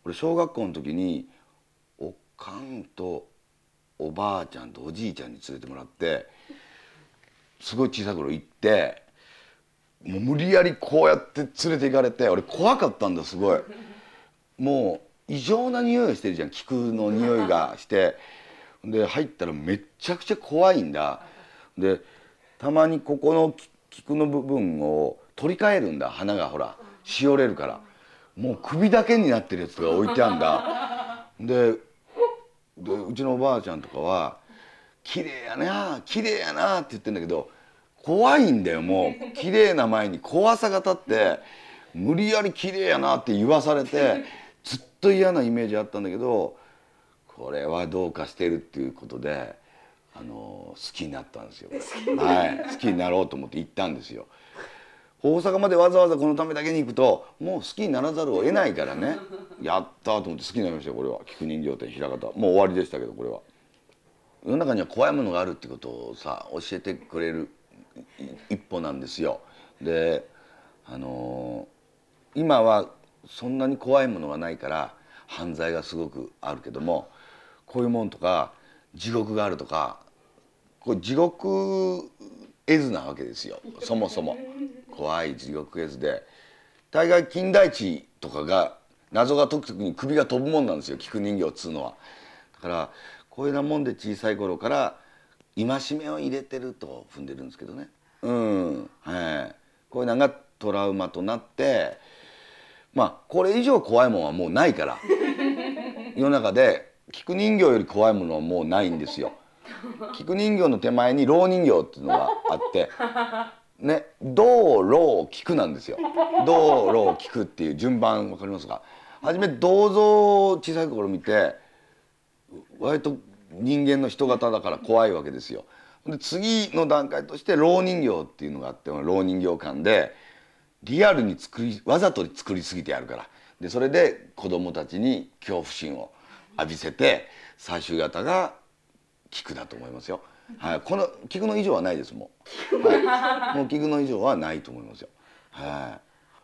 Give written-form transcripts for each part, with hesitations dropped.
俺小学校の時におかんとおばあちゃんとおじいちゃんに連れてもらって、すごい小さい頃行って、もう無理やりこうやって連れて行かれて、俺怖かったんだすごい。もう異常な匂いがしてるじゃん、菊の匂いがして。で入ったらめっちゃくちゃ怖いんだ。でたまにここの菊の部分を取り替えるんだ、花がほらしおれるから。もう首だけになってるやつが置いてあるんだ。でうちのおばあちゃんとかは「綺麗やな綺麗やな」って言ってんだけど、怖いんだよ。もう綺麗な前に怖さが立って、無理やり綺麗やなって言わされて、ずっと嫌なイメージあったんだけど、これはどうかしてるっていうことで、好きになったんですよ。はい、好きになろうと思って行ったんですよ。大阪までわざわざこのためだけに行くと、もう好きにならざるを得ないからね。やったと思って好きになりましたよ。これは菊人形店枚方、もう終わりでしたけど、これは世の中には怖いものがあるってことをさ教えてくれる一歩なんですよ。で今はそんなに怖いものがないから犯罪がすごくあるけども、こういうもんとか地獄があるとか、これ地獄絵図なわけですよ。そもそも怖い地獄絵図で、大概金田一とかが謎が解く時に首が飛ぶもんなんですよ、菊人形っつうのは。だからこういうなもんで小さい頃から戒めを入れてると踏んでるんですけどね。うん、はい。こういうのがトラウマとなって、まあこれ以上怖いもんはもうないから、世の中で菊人形より怖いものはもうないんですよ。菊人形の手前に蝋人形っていうのがあってね、銅蝋菊なんですよ。銅蝋菊っていう順番わかりますか？初め銅像を小さい頃見て、割と人間の人型だから怖いわけですよ。で次の段階として蝋人形っていうのがあって、蝋人形館でリアルにわざと作りすぎてやるから。でそれで子供たちに恐怖心を浴びせて、最終型が菊だと思いますよ。はい、この菊の以上はないですもう。はい、もう菊の以上はないと思いますよ。はい、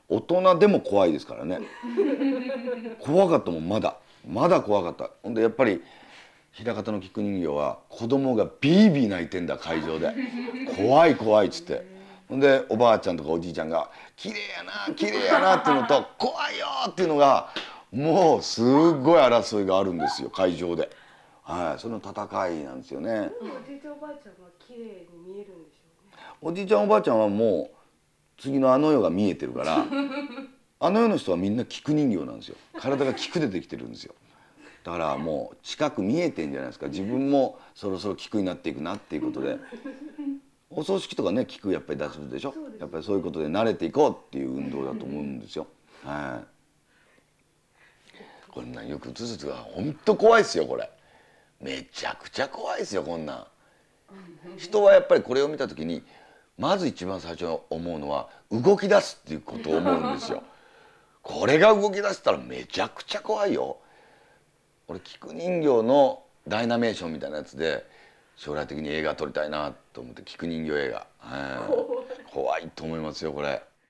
大人でも怖いですからね。怖かったもん、まだ怖かった。ほんでやっぱり枚方の菊人形は子供がビービー泣いてんだ、会場で。怖い怖いっつって。ほんでおばあちゃんとかおじいちゃんが「綺麗やな綺麗やな」っていうのと「怖いよ」っていうのが、もうすっごい争いがあるんですよ、会場で。はい、その戦いなんですよね。 おじいちゃんおばあちゃんは綺麗に見えるんでしょうね。 おじいちゃんおばあちゃんはもう次のあの世が見えてるから、あの世の人はみんな菊人形なんですよ。体が菊でできてるんですよ。だからもう近く見えてんじゃないですか。自分もそろそろ菊になっていくなっていうことで、お葬式とかね菊やっぱり出すでしょ。やっぱりそういうことで慣れていこうっていう運動だと思うんですよ。はい。こんなんよく映すと本当怖いですよこれ。めちゃくちゃ怖いですよこんなん。人はやっぱりこれを見た時にまず一番最初に思うのは動き出すっていうことを思うんですよ。これが動き出したらめちゃくちゃ怖いよ。俺菊人形のダイナメーションみたいなやつで将来的に映画撮りたいなと思って、菊人形映画、怖いと思いますよこれ。